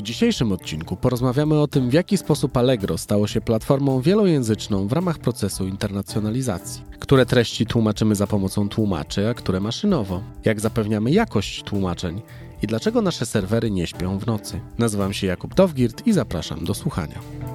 W dzisiejszym odcinku porozmawiamy o tym, w jaki sposób Allegro stało się platformą wielojęzyczną w ramach procesu internacjonalizacji. Które treści tłumaczymy za pomocą tłumaczy, a które maszynowo. Jak zapewniamy jakość tłumaczeń i dlaczego nasze serwery nie śpią w nocy. Nazywam się Jakub Dowgirt i zapraszam do słuchania.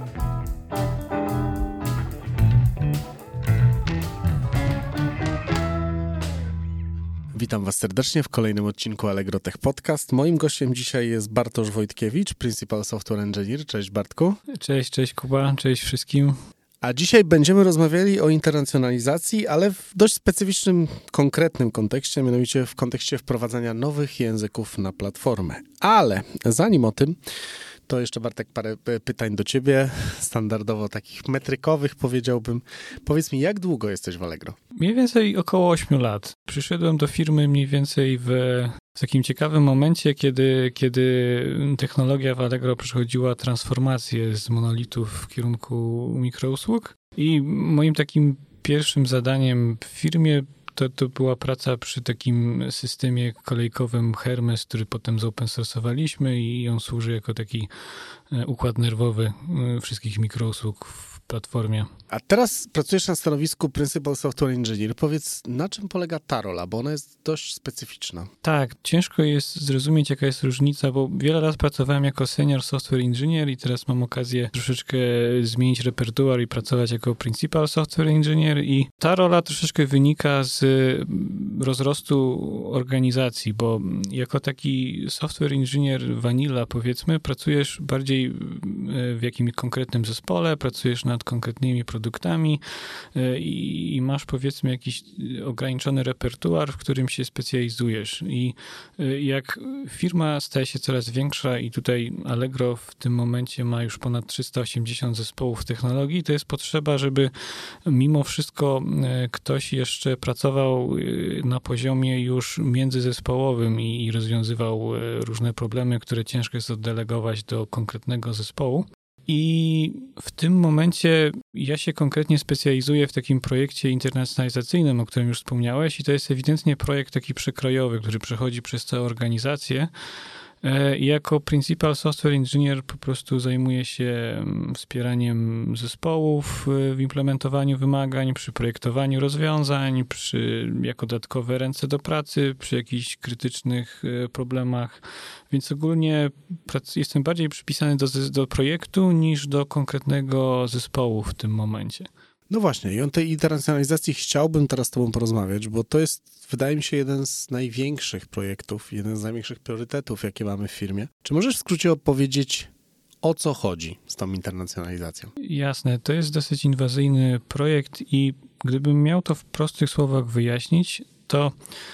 Witam Was serdecznie w kolejnym odcinku Allegro Tech Podcast. Moim gościem dzisiaj jest Bartosz Wojtkiewicz, Principal Software Engineer. Cześć Bartku. Cześć Kuba, cześć wszystkim. A dzisiaj będziemy rozmawiali o internacjonalizacji, ale w dość specyficznym, konkretnym kontekście, mianowicie w kontekście wprowadzania nowych języków na platformę. Ale zanim o tym, to jeszcze Bartek parę pytań do Ciebie, standardowo takich metrykowych powiedziałbym. Powiedz mi, jak długo jesteś w Allegro? Mniej więcej około 8 lat. Przyszedłem do firmy mniej więcej w takim ciekawym momencie, kiedy technologia w Allegro przechodziła transformację z monolitów w kierunku mikrousług i moim takim pierwszym zadaniem w firmie to była praca przy takim systemie kolejkowym Hermes, który potem zopen source'owaliśmy i on służy jako taki układ nerwowy wszystkich mikrousług w platformie. A teraz pracujesz na stanowisku Principal Software Engineer. Powiedz, na czym polega ta rola, bo ona jest dość specyficzna. Tak, ciężko jest zrozumieć, jaka jest różnica, bo wiele lat pracowałem jako Senior Software Engineer i teraz mam okazję troszeczkę zmienić repertuar i pracować jako Principal Software Engineer i ta rola troszeczkę wynika z rozrostu organizacji, bo jako taki Software Engineer vanilla, powiedzmy, pracujesz bardziej w jakimś konkretnym zespole, pracujesz nad konkretnymi produktami i masz, powiedzmy, jakiś ograniczony repertuar, w którym się specjalizujesz. I jak firma staje się coraz większa i tutaj Allegro w tym momencie ma już ponad 380 zespołów technologii, to jest potrzeba, żeby mimo wszystko ktoś jeszcze pracował na poziomie już międzyzespołowym i rozwiązywał różne problemy, które ciężko jest oddelegować do konkretnego zespołu. I w tym momencie ja się konkretnie specjalizuję w takim projekcie internacjonalizacyjnym, o którym już wspomniałeś, i to jest ewidentnie projekt taki przekrojowy, który przechodzi przez całą organizację. Jako Principal Software Engineer po prostu zajmuję się wspieraniem zespołów w implementowaniu wymagań, przy projektowaniu rozwiązań, jako dodatkowe ręce do pracy, przy jakichś krytycznych problemach. Więc ogólnie jestem bardziej przypisany do projektu niż do konkretnego zespołu w tym momencie. No właśnie, i o tej internacjonalizacji chciałbym teraz z Tobą porozmawiać, bo to jest, wydaje mi się, jeden z największych projektów, jeden z największych priorytetów, jakie mamy w firmie. Czy możesz w skrócie opowiedzieć, o co chodzi z tą internacjonalizacją? Jasne, to jest dosyć inwazyjny projekt i gdybym miał to w prostych słowach wyjaśnić, to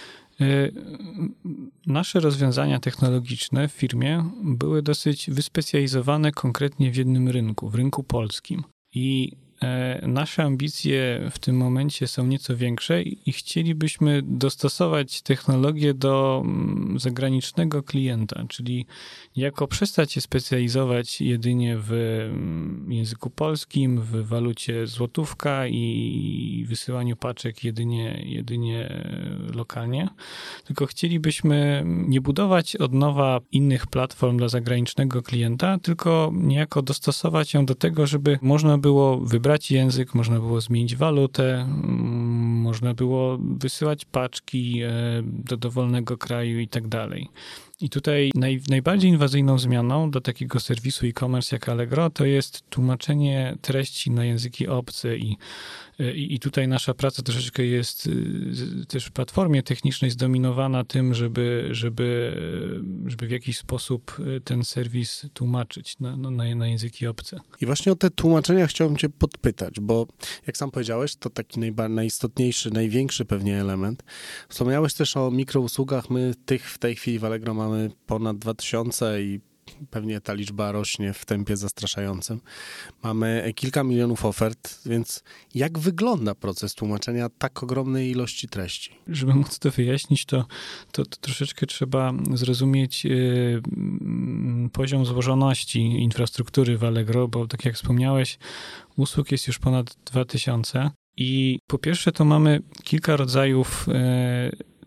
nasze rozwiązania technologiczne w firmie były dosyć wyspecjalizowane konkretnie w jednym rynku, w rynku polskim. I nasze ambicje w tym momencie są nieco większe i chcielibyśmy dostosować technologię do zagranicznego klienta, czyli niejako przestać się specjalizować jedynie w języku polskim, w walucie złotówka i wysyłaniu paczek jedynie lokalnie, tylko chcielibyśmy nie budować od nowa innych platform dla zagranicznego klienta, tylko niejako dostosować ją do tego, żeby można było wybrać język, można było zmienić walutę, można było wysyłać paczki do dowolnego kraju i tak dalej. I tutaj najbardziej inwazyjną zmianą do takiego serwisu e-commerce jak Allegro to jest tłumaczenie treści na języki obce i tutaj nasza praca troszeczkę jest też w platformie technicznej zdominowana tym, żeby w jakiś sposób ten serwis tłumaczyć na języki obce. I właśnie o te tłumaczenia chciałbym Cię podpytać, bo jak sam powiedziałeś, to taki najistotniejszy, największy pewnie element. Wspomniałeś też o mikrousługach. My tych w tej chwili w Allegro mamy ponad 2000 i pewnie ta liczba rośnie w tempie zastraszającym. Mamy kilka milionów ofert, więc jak wygląda proces tłumaczenia tak ogromnej ilości treści? Żeby móc to wyjaśnić, to troszeczkę trzeba zrozumieć poziom złożoności infrastruktury w Allegro, bo tak jak wspomniałeś, usług jest już ponad 2000 i po pierwsze to mamy kilka rodzajów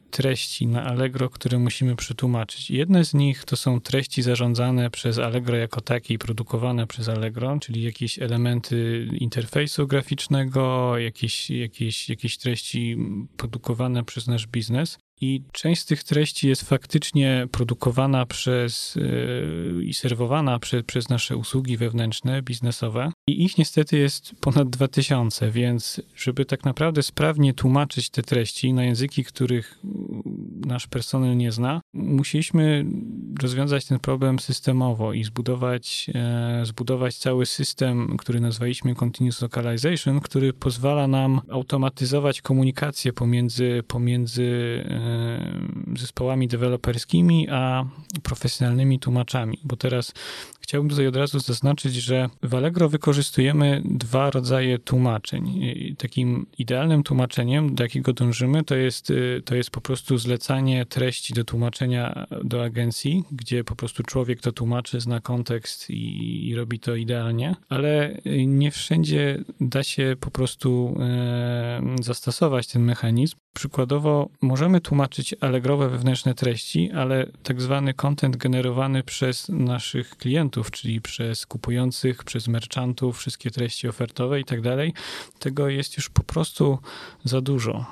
treści na Allegro, które musimy przetłumaczyć. Jedne z nich to są treści zarządzane przez Allegro jako takie i produkowane przez Allegro, czyli jakieś elementy interfejsu graficznego, jakieś treści produkowane przez nasz biznes. I część z tych treści jest faktycznie produkowana i serwowana przez nasze usługi wewnętrzne, biznesowe. I ich niestety jest ponad 2000, więc żeby tak naprawdę sprawnie tłumaczyć te treści na języki, których nasz personel nie zna, musieliśmy rozwiązać ten problem systemowo i zbudować cały system, który nazwaliśmy Continuous Localization, który pozwala nam automatyzować komunikację pomiędzy zespołami deweloperskimi a profesjonalnymi tłumaczami, bo teraz chciałbym tutaj od razu zaznaczyć, że w Allegro wykorzystujemy 2 rodzaje tłumaczeń. Takim idealnym tłumaczeniem, do jakiego dążymy, to jest po prostu zlecanie treści do tłumaczenia do agencji, gdzie po prostu człowiek to tłumaczy, zna kontekst i robi to idealnie, ale nie wszędzie da się po prostu zastosować ten mechanizm. Przykładowo możemy tłumaczyć allegrowe wewnętrzne treści, ale tak zwany content generowany przez naszych klientów, czyli przez kupujących, przez merchantów, wszystkie treści ofertowe i tak dalej, tego jest już po prostu za dużo,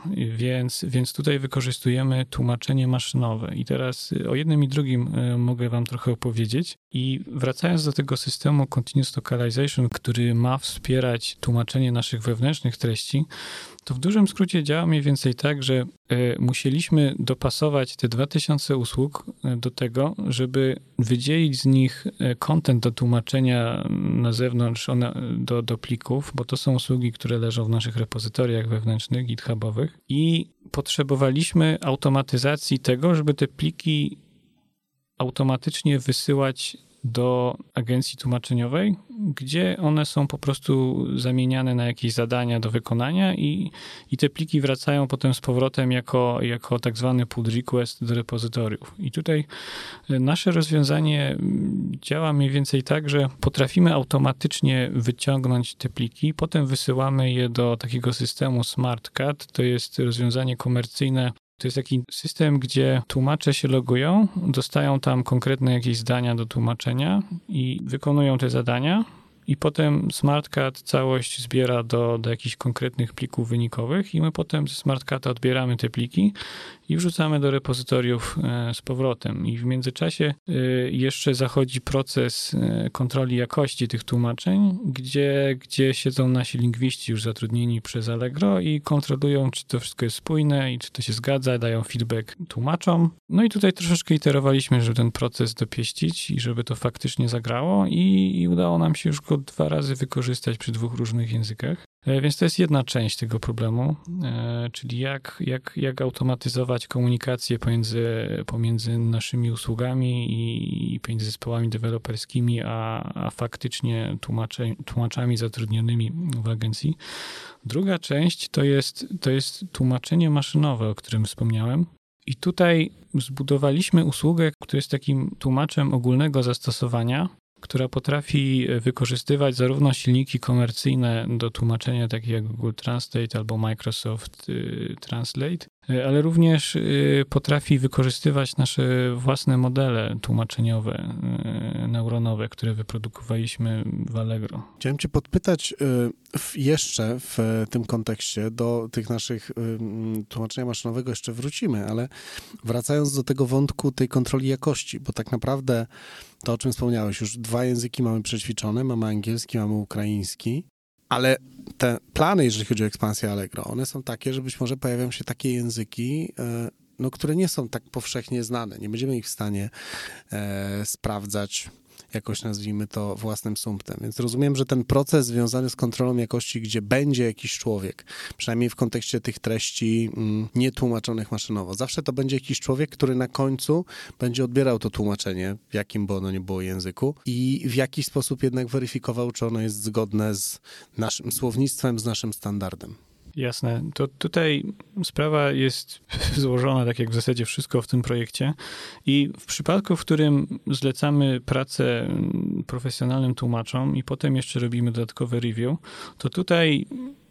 więc tutaj wykorzystujemy tłumaczenie maszynowe. I teraz o jednym i drugim mogę wam trochę opowiedzieć. I wracając do tego systemu Continuous Localization, który ma wspierać tłumaczenie naszych wewnętrznych treści, to w dużym skrócie działa mniej więcej tak, że musieliśmy dopasować te 2000 usług do tego, żeby wydzielić z nich content do tłumaczenia na zewnątrz do plików, bo to są usługi, które leżą w naszych repozytoriach wewnętrznych, GitHubowych i potrzebowaliśmy automatyzacji tego, żeby te pliki automatycznie wysyłać do agencji tłumaczeniowej, gdzie one są po prostu zamieniane na jakieś zadania do wykonania i te pliki wracają potem z powrotem jako tak zwany pull request do repozytoriów. I tutaj nasze rozwiązanie działa mniej więcej tak, że potrafimy automatycznie wyciągnąć te pliki, potem wysyłamy je do takiego systemu SmartCut, to jest rozwiązanie komercyjne. To jest taki system, gdzie tłumacze się logują, dostają tam konkretne jakieś zdania do tłumaczenia i wykonują te zadania i potem SmartCut całość zbiera do jakichś konkretnych plików wynikowych i my potem ze SmartCuta odbieramy te pliki i wrzucamy do repozytoriów z powrotem. I w międzyczasie jeszcze zachodzi proces kontroli jakości tych tłumaczeń, gdzie siedzą nasi lingwiści już zatrudnieni przez Allegro i kontrolują, czy to wszystko jest spójne i czy to się zgadza, dają feedback tłumaczom. No i tutaj troszeczkę iterowaliśmy, żeby ten proces dopieścić i żeby to faktycznie zagrało i udało nam się już go 2 razy wykorzystać przy 2 różnych językach. Więc to jest jedna część tego problemu, czyli jak automatyzować komunikację pomiędzy naszymi usługami i pomiędzy zespołami deweloperskimi, a faktycznie tłumaczami zatrudnionymi w agencji. Druga część to jest tłumaczenie maszynowe, o którym wspomniałem. I tutaj zbudowaliśmy usługę, która jest takim tłumaczem ogólnego zastosowania, która potrafi wykorzystywać zarówno silniki komercyjne do tłumaczenia, takie jak Google Translate albo Microsoft Translate, ale również potrafi wykorzystywać nasze własne modele tłumaczeniowe, neuronowe, które wyprodukowaliśmy w Allegro. Chciałem cię podpytać jeszcze w tym kontekście, do tych naszych tłumaczenia maszynowego jeszcze wrócimy, ale wracając do tego wątku tej kontroli jakości, bo tak naprawdę to, o czym wspomniałeś, już 2 języki mamy przećwiczone, mamy angielski, mamy ukraiński, ale te plany, jeżeli chodzi o ekspansję Allegro, one są takie, że być może pojawią się takie języki, które nie są tak powszechnie znane. Nie będziemy ich w stanie sprawdzać jakoś, nazwijmy to, własnym sumptem. Więc rozumiem, że ten proces związany z kontrolą jakości, gdzie będzie jakiś człowiek, przynajmniej w kontekście tych treści nietłumaczonych maszynowo, zawsze to będzie jakiś człowiek, który na końcu będzie odbierał to tłumaczenie, w jakim by ono nie było języku i w jakiś sposób jednak weryfikował, czy ono jest zgodne z naszym słownictwem, z naszym standardem. Jasne. To tutaj sprawa jest złożona, tak jak w zasadzie wszystko w tym projekcie. I w przypadku, w którym zlecamy pracę profesjonalnym tłumaczom i potem jeszcze robimy dodatkowe review, to tutaj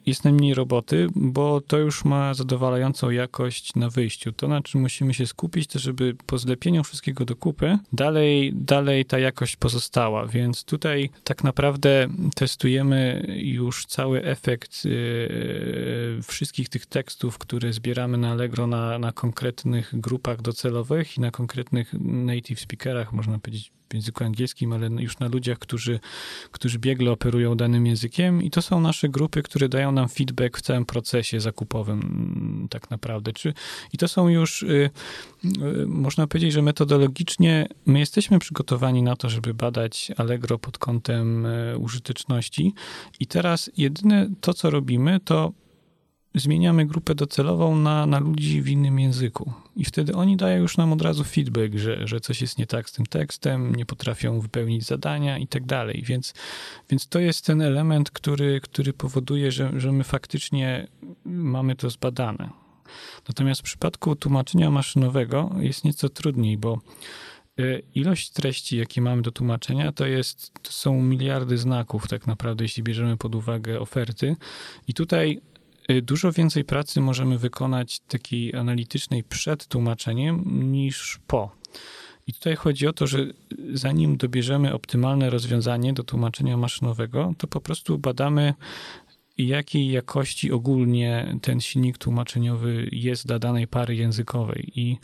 jest najmniej roboty, bo to już ma zadowalającą jakość na wyjściu. To, na czym musimy się skupić, to żeby po zlepieniu wszystkiego do kupy, dalej ta jakość pozostała, więc tutaj tak naprawdę testujemy już cały efekt wszystkich tych tekstów, które zbieramy na Allegro na konkretnych grupach docelowych i na konkretnych native speakerach, można powiedzieć w języku angielskim, ale już na ludziach, którzy biegle operują danym językiem i to są nasze grupy, które dają nam feedback w całym procesie zakupowym tak naprawdę. I to są już, można powiedzieć, że metodologicznie my jesteśmy przygotowani na to, żeby badać Allegro pod kątem użyteczności i teraz jedyne to, co robimy, to zmieniamy grupę docelową na ludzi w innym języku. I wtedy oni dają już nam od razu feedback, że coś jest nie tak z tym tekstem, nie potrafią wypełnić zadania i tak dalej. Więc to jest ten element, który powoduje, że my faktycznie mamy to zbadane. Natomiast w przypadku tłumaczenia maszynowego jest nieco trudniej, bo ilość treści, jakie mamy do tłumaczenia, to są miliardy znaków tak naprawdę, jeśli bierzemy pod uwagę oferty. I tutaj dużo więcej pracy możemy wykonać takiej analitycznej przed tłumaczeniem niż po. I tutaj chodzi o to, że zanim dobierzemy optymalne rozwiązanie do tłumaczenia maszynowego, to po prostu badamy, jakiej jakości ogólnie ten silnik tłumaczeniowy jest dla danej pary językowej. I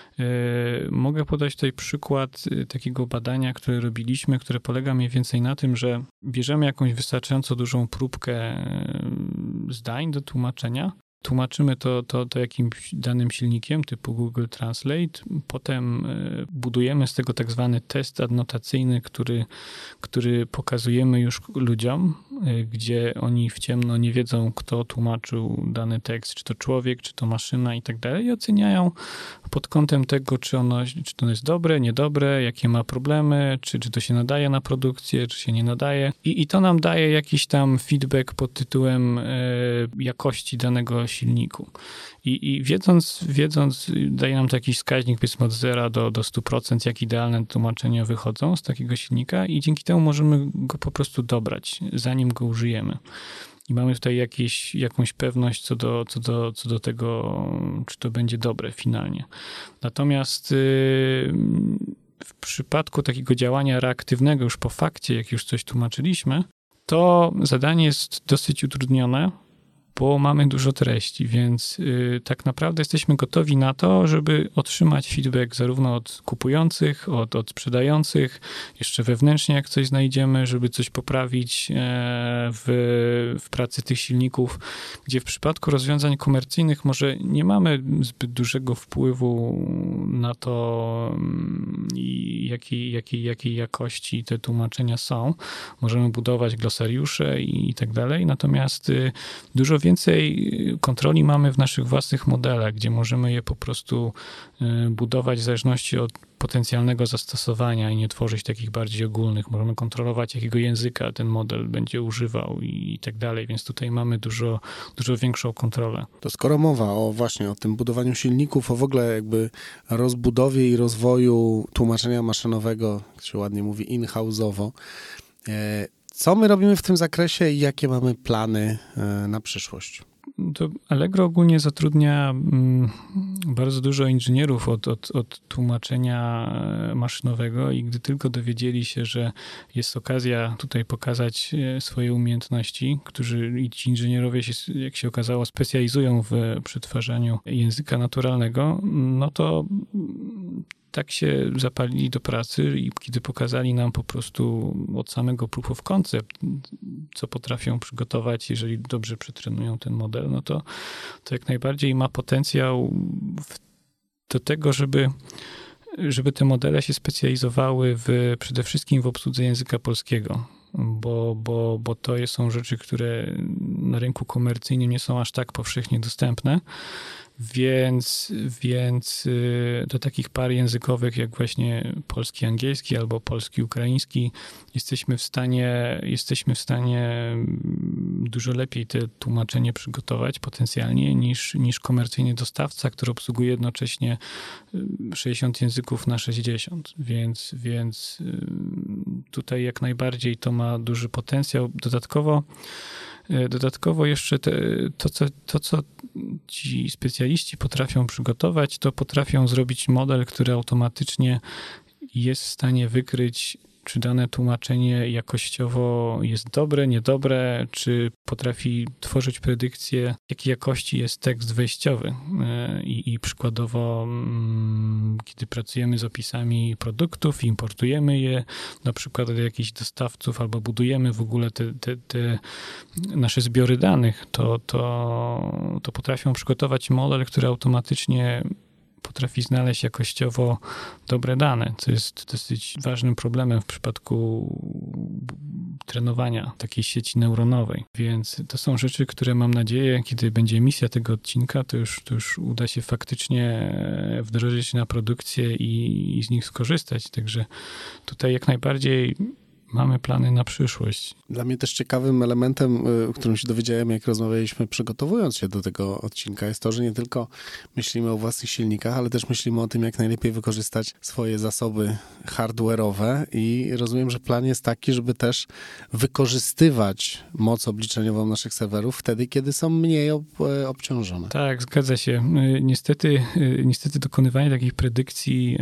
mogę podać tutaj przykład takiego badania, które robiliśmy, które polega mniej więcej na tym, że bierzemy jakąś wystarczająco dużą próbkę zdań do tłumaczenia, tłumaczymy to jakimś danym silnikiem typu Google Translate, potem budujemy z tego tak zwany test adnotacyjny, który pokazujemy już ludziom, gdzie oni w ciemno nie wiedzą, kto tłumaczył dany tekst, czy to człowiek, czy to maszyna i tak dalej, i oceniają pod kątem tego, czy to jest dobre, niedobre, jakie ma problemy, czy to się nadaje na produkcję, czy się nie nadaje. I to nam daje jakiś tam feedback pod tytułem jakości danego silniku. I wiedząc, daje nam to jakiś wskaźnik, powiedzmy od 0 do 100%, jak idealne tłumaczenia wychodzą z takiego silnika i dzięki temu możemy go po prostu dobrać, zanim go użyjemy. I mamy tutaj jakąś pewność co do tego, czy to będzie dobre finalnie. Natomiast w przypadku takiego działania reaktywnego już po fakcie, jak już coś tłumaczyliśmy, to zadanie jest dosyć utrudnione, bo mamy dużo treści, więc tak naprawdę jesteśmy gotowi na to, żeby otrzymać feedback zarówno od kupujących, od sprzedających, jeszcze wewnętrznie jak coś znajdziemy, żeby coś poprawić w pracy tych silników, gdzie w przypadku rozwiązań komercyjnych może nie mamy zbyt dużego wpływu na to, jakiej jakości te tłumaczenia są. Możemy budować glosariusze i tak dalej, natomiast dużo więcej kontroli mamy w naszych własnych modelach, gdzie możemy je po prostu budować w zależności od potencjalnego zastosowania i nie tworzyć takich bardziej ogólnych. Możemy kontrolować, jakiego języka ten model będzie używał i tak dalej, więc tutaj mamy dużo większą kontrolę. To skoro mowa o tym budowaniu silników, o w ogóle jakby rozbudowie i rozwoju tłumaczenia maszynowego, jak się ładnie mówi, in-house'owo, co my robimy w tym zakresie i jakie mamy plany na przyszłość? To Allegro ogólnie zatrudnia bardzo dużo inżynierów od tłumaczenia maszynowego i gdy tylko dowiedzieli się, że jest okazja tutaj pokazać swoje umiejętności, i ci inżynierowie się, jak się okazało, specjalizują w przetwarzaniu języka naturalnego, no to tak się zapalili do pracy i kiedy pokazali nam po prostu od samego proof of concept, co potrafią przygotować, jeżeli dobrze przetrenują ten model, no to jak najbardziej ma potencjał do tego, żeby te modele się specjalizowały przede wszystkim w obsłudze języka polskiego, bo to są rzeczy, które na rynku komercyjnym nie są aż tak powszechnie dostępne. Więc do takich par językowych jak właśnie polski, angielski albo polski, ukraiński jesteśmy w stanie dużo lepiej te tłumaczenie przygotować potencjalnie niż komercyjny dostawca, który obsługuje jednocześnie 60 języków na 60. Więc tutaj jak najbardziej to ma duży potencjał. Dodatkowo Dodatkowo jeszcze to, co ci specjaliści potrafią przygotować, to potrafią zrobić model, który automatycznie jest w stanie wykryć, czy dane tłumaczenie jakościowo jest dobre, niedobre, czy potrafi tworzyć predykcję, jakiej jakości jest tekst wejściowy. I przykładowo, kiedy pracujemy z opisami produktów, importujemy je na przykład od jakichś dostawców, albo budujemy w ogóle te nasze zbiory danych, to potrafią przygotować model, który automatycznie potrafi znaleźć jakościowo dobre dane, co jest dosyć ważnym problemem w przypadku trenowania takiej sieci neuronowej. Więc to są rzeczy, które mam nadzieję, kiedy będzie emisja tego odcinka, to już uda się faktycznie wdrożyć na produkcję i z nich skorzystać. Także tutaj jak najbardziej mamy plany na przyszłość. Dla mnie też ciekawym elementem, o którym się dowiedziałem, jak rozmawialiśmy przygotowując się do tego odcinka, jest to, że nie tylko myślimy o własnych silnikach, ale też myślimy o tym, jak najlepiej wykorzystać swoje zasoby hardware'owe i rozumiem, że plan jest taki, żeby też wykorzystywać moc obliczeniową naszych serwerów wtedy, kiedy są mniej obciążone. Tak, zgadza się. Niestety dokonywanie takich predykcji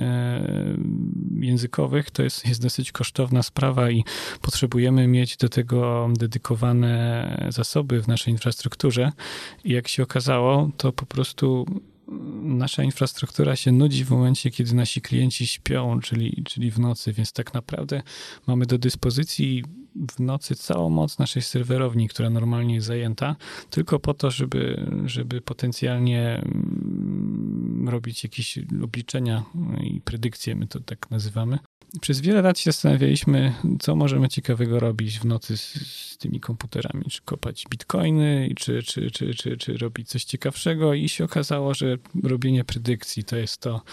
językowych to jest dosyć kosztowna sprawa i potrzebujemy mieć do tego dedykowane zasoby w naszej infrastrukturze. I jak się okazało, to po prostu nasza infrastruktura się nudzi w momencie, kiedy nasi klienci śpią, czyli w nocy, więc tak naprawdę mamy do dyspozycji w nocy całą moc naszej serwerowni, która normalnie jest zajęta, tylko po to, żeby potencjalnie robić jakieś obliczenia i predykcje, my to tak nazywamy. Przez wiele lat się zastanawialiśmy, co możemy ciekawego robić w nocy z tymi komputerami, czy kopać bitcoiny, czy robić coś ciekawszego i się okazało, że robienie predykcji to jest to,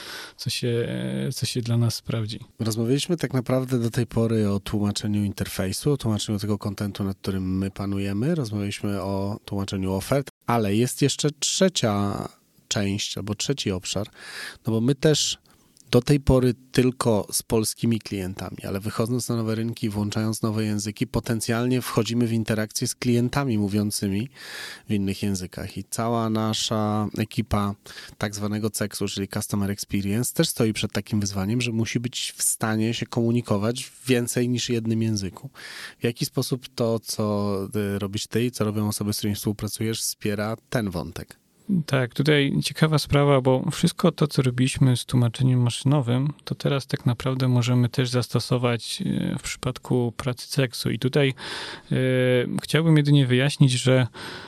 co się dla nas sprawdzi. Rozmawialiśmy tak naprawdę do tej pory o tłumaczeniu interfejsu, o tłumaczeniu tego kontentu, nad którym my panujemy. Rozmawialiśmy o tłumaczeniu ofert, ale jest jeszcze trzecia część albo trzeci obszar, no bo my też do tej pory tylko z polskimi klientami, ale wychodząc na nowe rynki, włączając nowe języki, potencjalnie wchodzimy w interakcję z klientami mówiącymi w innych językach i cała nasza ekipa tak zwanego CX-u, czyli Customer Experience, też stoi przed takim wyzwaniem, że musi być w stanie się komunikować w więcej niż jednym języku. W jaki sposób to, co robisz ty i co robią osoby, z którymi współpracujesz, wspiera ten wątek? Tak, tutaj ciekawa sprawa, bo wszystko to, co robiliśmy z tłumaczeniem maszynowym, to teraz tak naprawdę możemy też zastosować w przypadku pracy CX-u. I tutaj chciałbym jedynie wyjaśnić, że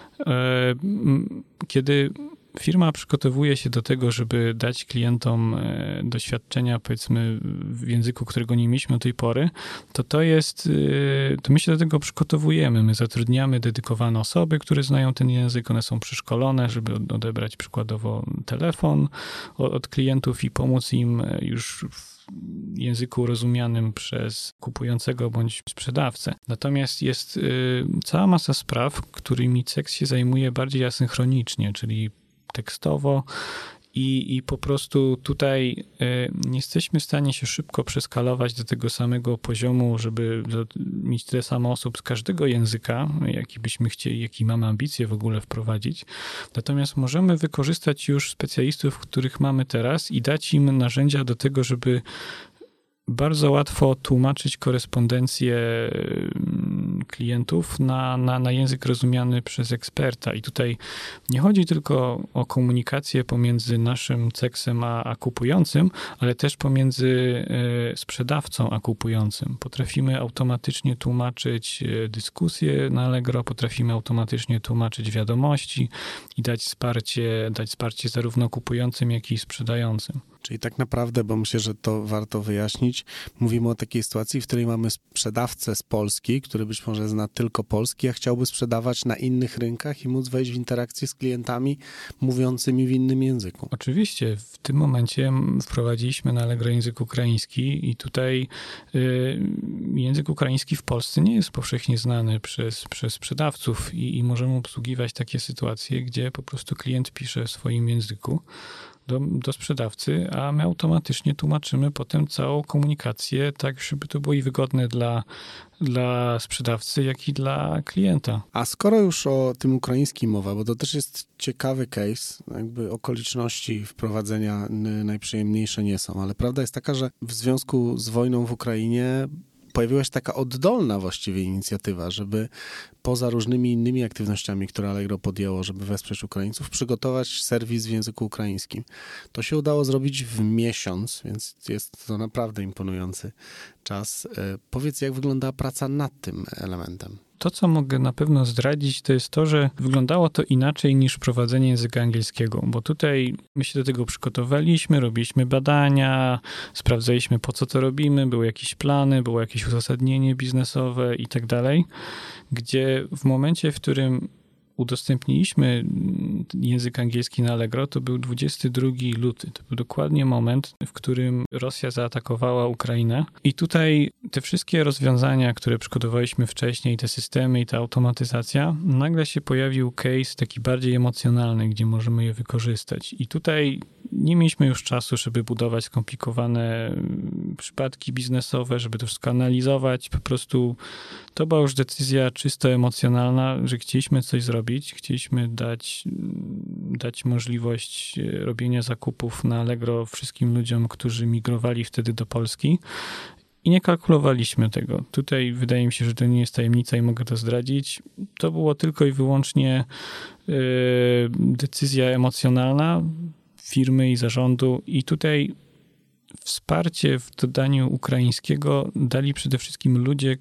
kiedy firma przygotowuje się do tego, żeby dać klientom doświadczenia, powiedzmy, w języku, którego nie mieliśmy do tej pory, to my się do tego przygotowujemy. My zatrudniamy dedykowane osoby, które znają ten język, one są przeszkolone, żeby odebrać przykładowo telefon od klientów i pomóc im już w języku rozumianym przez kupującego bądź sprzedawcę. Natomiast jest cała masa spraw, którymi CX się zajmuje bardziej asynchronicznie, czyli tekstowo i po prostu tutaj nie jesteśmy w stanie się szybko przeskalować do tego samego poziomu, żeby mieć tyle samo osób z każdego języka, jaki byśmy chcieli, jaki mamy ambicje w ogóle wprowadzić. Natomiast możemy wykorzystać już specjalistów, których mamy teraz i dać im narzędzia do tego, żeby bardzo łatwo tłumaczyć korespondencję klientów na język rozumiany przez eksperta. I tutaj nie chodzi tylko o komunikację pomiędzy naszym CX-em a kupującym, ale też pomiędzy sprzedawcą a kupującym. Potrafimy automatycznie tłumaczyć dyskusje na Allegro, potrafimy automatycznie tłumaczyć wiadomości i dać wsparcie zarówno kupującym, jak i sprzedającym. Czyli tak naprawdę, bo myślę, że to warto wyjaśnić, mówimy o takiej sytuacji, w której mamy sprzedawcę z Polski, który być może zna tylko polski, a chciałby sprzedawać na innych rynkach i móc wejść w interakcję z klientami mówiącymi w innym języku. Oczywiście, w tym momencie wprowadziliśmy na Allegro język ukraiński i tutaj język ukraiński w Polsce nie jest powszechnie znany przez sprzedawców i możemy obsługiwać takie sytuacje, gdzie po prostu klient pisze w swoim języku do sprzedawcy, a my automatycznie tłumaczymy potem całą komunikację tak, żeby to było i wygodne dla sprzedawcy, jak i dla klienta. A skoro już o tym ukraińskim mowa, bo to też jest ciekawy case, jakby okoliczności wprowadzenia najprzyjemniejsze nie są, ale prawda jest taka, że w związku z wojną w Ukrainie pojawiła się taka oddolna właściwie inicjatywa, żeby poza różnymi innymi aktywnościami, które Allegro podjęło, żeby wesprzeć Ukraińców, przygotować serwis w języku ukraińskim. To się udało zrobić w miesiąc, więc jest to naprawdę imponujący czas. Powiedz, jak wyglądała praca nad tym elementem? To, co mogę na pewno zdradzić, to jest to, że wyglądało to inaczej niż prowadzenie języka angielskiego, bo tutaj my się do tego przygotowaliśmy, robiliśmy badania, sprawdzaliśmy, po co to robimy, były jakieś plany, było jakieś uzasadnienie biznesowe i tak dalej, gdzie w momencie, w którym udostępniliśmy język angielski na Allegro, to był 22 luty. To był dokładnie moment, w którym Rosja zaatakowała Ukrainę. I tutaj te wszystkie rozwiązania, które przygotowaliśmy wcześniej, te systemy i ta automatyzacja, nagle się pojawił case taki bardziej emocjonalny, gdzie możemy je wykorzystać. I tutaj nie mieliśmy już czasu, żeby budować skomplikowane przypadki biznesowe, żeby to wszystko analizować. Po prostu to była już decyzja czysto emocjonalna, że chcieliśmy coś zrobić, chcieliśmy dać możliwość robienia zakupów na Allegro wszystkim ludziom, którzy migrowali wtedy do Polski i nie kalkulowaliśmy tego. Tutaj wydaje mi się, że to nie jest tajemnica i mogę to zdradzić. To było tylko i wyłącznie decyzja emocjonalna firmy i zarządu i tutaj wsparcie w dodaniu ukraińskiego dali przede wszystkim ludzie,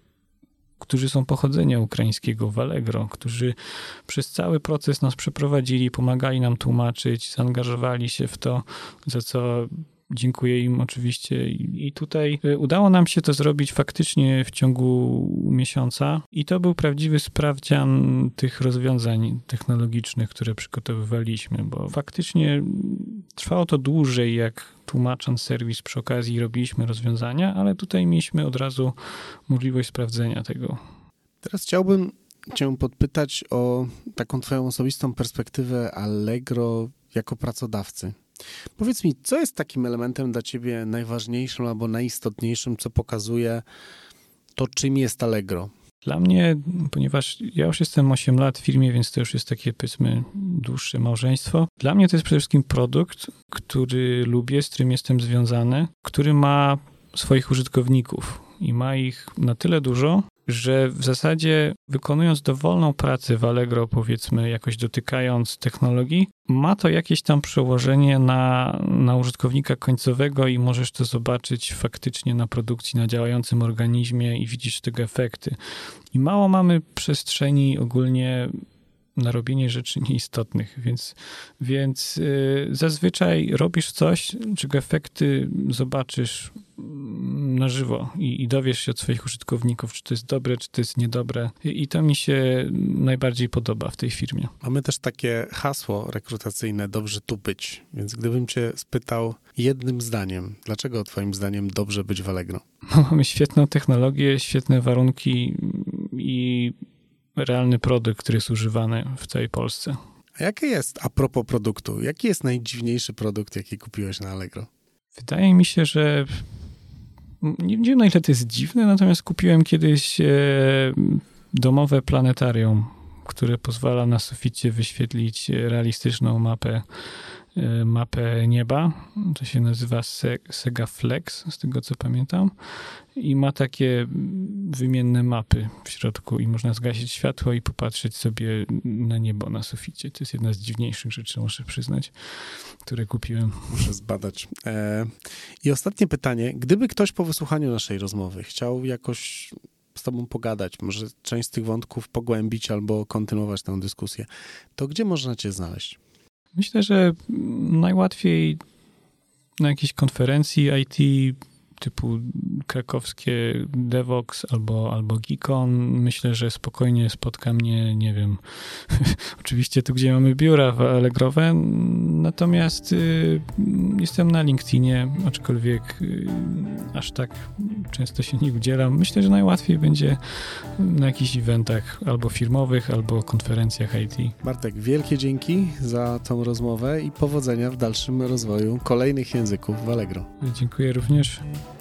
którzy są pochodzenia ukraińskiego w Allegro, którzy przez cały proces nas przeprowadzili, pomagali nam tłumaczyć, zaangażowali się w to, za co dziękuję im oczywiście. I tutaj udało nam się to zrobić faktycznie w ciągu miesiąca i to był prawdziwy sprawdzian tych rozwiązań technologicznych, które przygotowywaliśmy, bo faktycznie trwało to dłużej, jak tłumacząc serwis przy okazji robiliśmy rozwiązania, ale tutaj mieliśmy od razu możliwość sprawdzenia tego. Teraz chciałbym cię podpytać o taką twoją osobistą perspektywę Allegro jako pracodawcy. Powiedz mi, co jest takim elementem dla ciebie najważniejszym albo najistotniejszym, co pokazuje to, czym jest Allegro? Dla mnie, ponieważ ja już jestem 8 lat w firmie, więc to już jest takie, powiedzmy, dłuższe małżeństwo. Dla mnie to jest przede wszystkim produkt, który lubię, z którym jestem związany, który ma swoich użytkowników i ma ich na tyle dużo, że w zasadzie wykonując dowolną pracę w Allegro, powiedzmy, jakoś dotykając technologii, ma to jakieś tam przełożenie na użytkownika końcowego i możesz to zobaczyć faktycznie na produkcji, na działającym organizmie i widzisz tego efekty. I mało mamy przestrzeni ogólnie na robienie rzeczy nieistotnych, więc zazwyczaj robisz coś, czego efekty zobaczysz na żywo i dowiesz się od swoich użytkowników, czy to jest dobre, czy to jest niedobre. I to mi się najbardziej podoba w tej firmie. Mamy też takie hasło rekrutacyjne, dobrze tu być. Więc gdybym cię spytał jednym zdaniem, dlaczego twoim zdaniem dobrze być w Allegro? Mamy świetną technologię, świetne warunki i realny produkt, który jest używany w całej Polsce. A jaki jest, a propos produktu, jaki jest najdziwniejszy produkt, jaki kupiłeś na Allegro? Wydaje mi się, że nie wiem, na ile to jest dziwne, natomiast kupiłem kiedyś domowe planetarium, które pozwala na suficie wyświetlić realistyczną mapę nieba. To się nazywa Sega Flex, z tego co pamiętam. I ma takie wymienne mapy w środku i można zgasić światło i popatrzeć sobie na niebo na suficie. To jest jedna z dziwniejszych rzeczy, muszę przyznać, które kupiłem. Muszę zbadać. I ostatnie pytanie. Gdyby ktoś po wysłuchaniu naszej rozmowy chciał jakoś z tobą pogadać, może część z tych wątków pogłębić albo kontynuować tę dyskusję, to gdzie można cię znaleźć? Myślę, że najłatwiej na jakiejś konferencji IT typu krakowskie Devox albo Geekon. Myślę, że spokojnie spotka mnie, nie wiem, oczywiście tu, gdzie mamy biura Allegrowe, natomiast jestem na LinkedInie, aczkolwiek aż tak często się nie udzielam. Myślę, że najłatwiej będzie na jakichś eventach albo firmowych, albo konferencjach IT. Bartek, wielkie dzięki za tą rozmowę i powodzenia w dalszym rozwoju kolejnych języków w Allegro. Dziękuję również.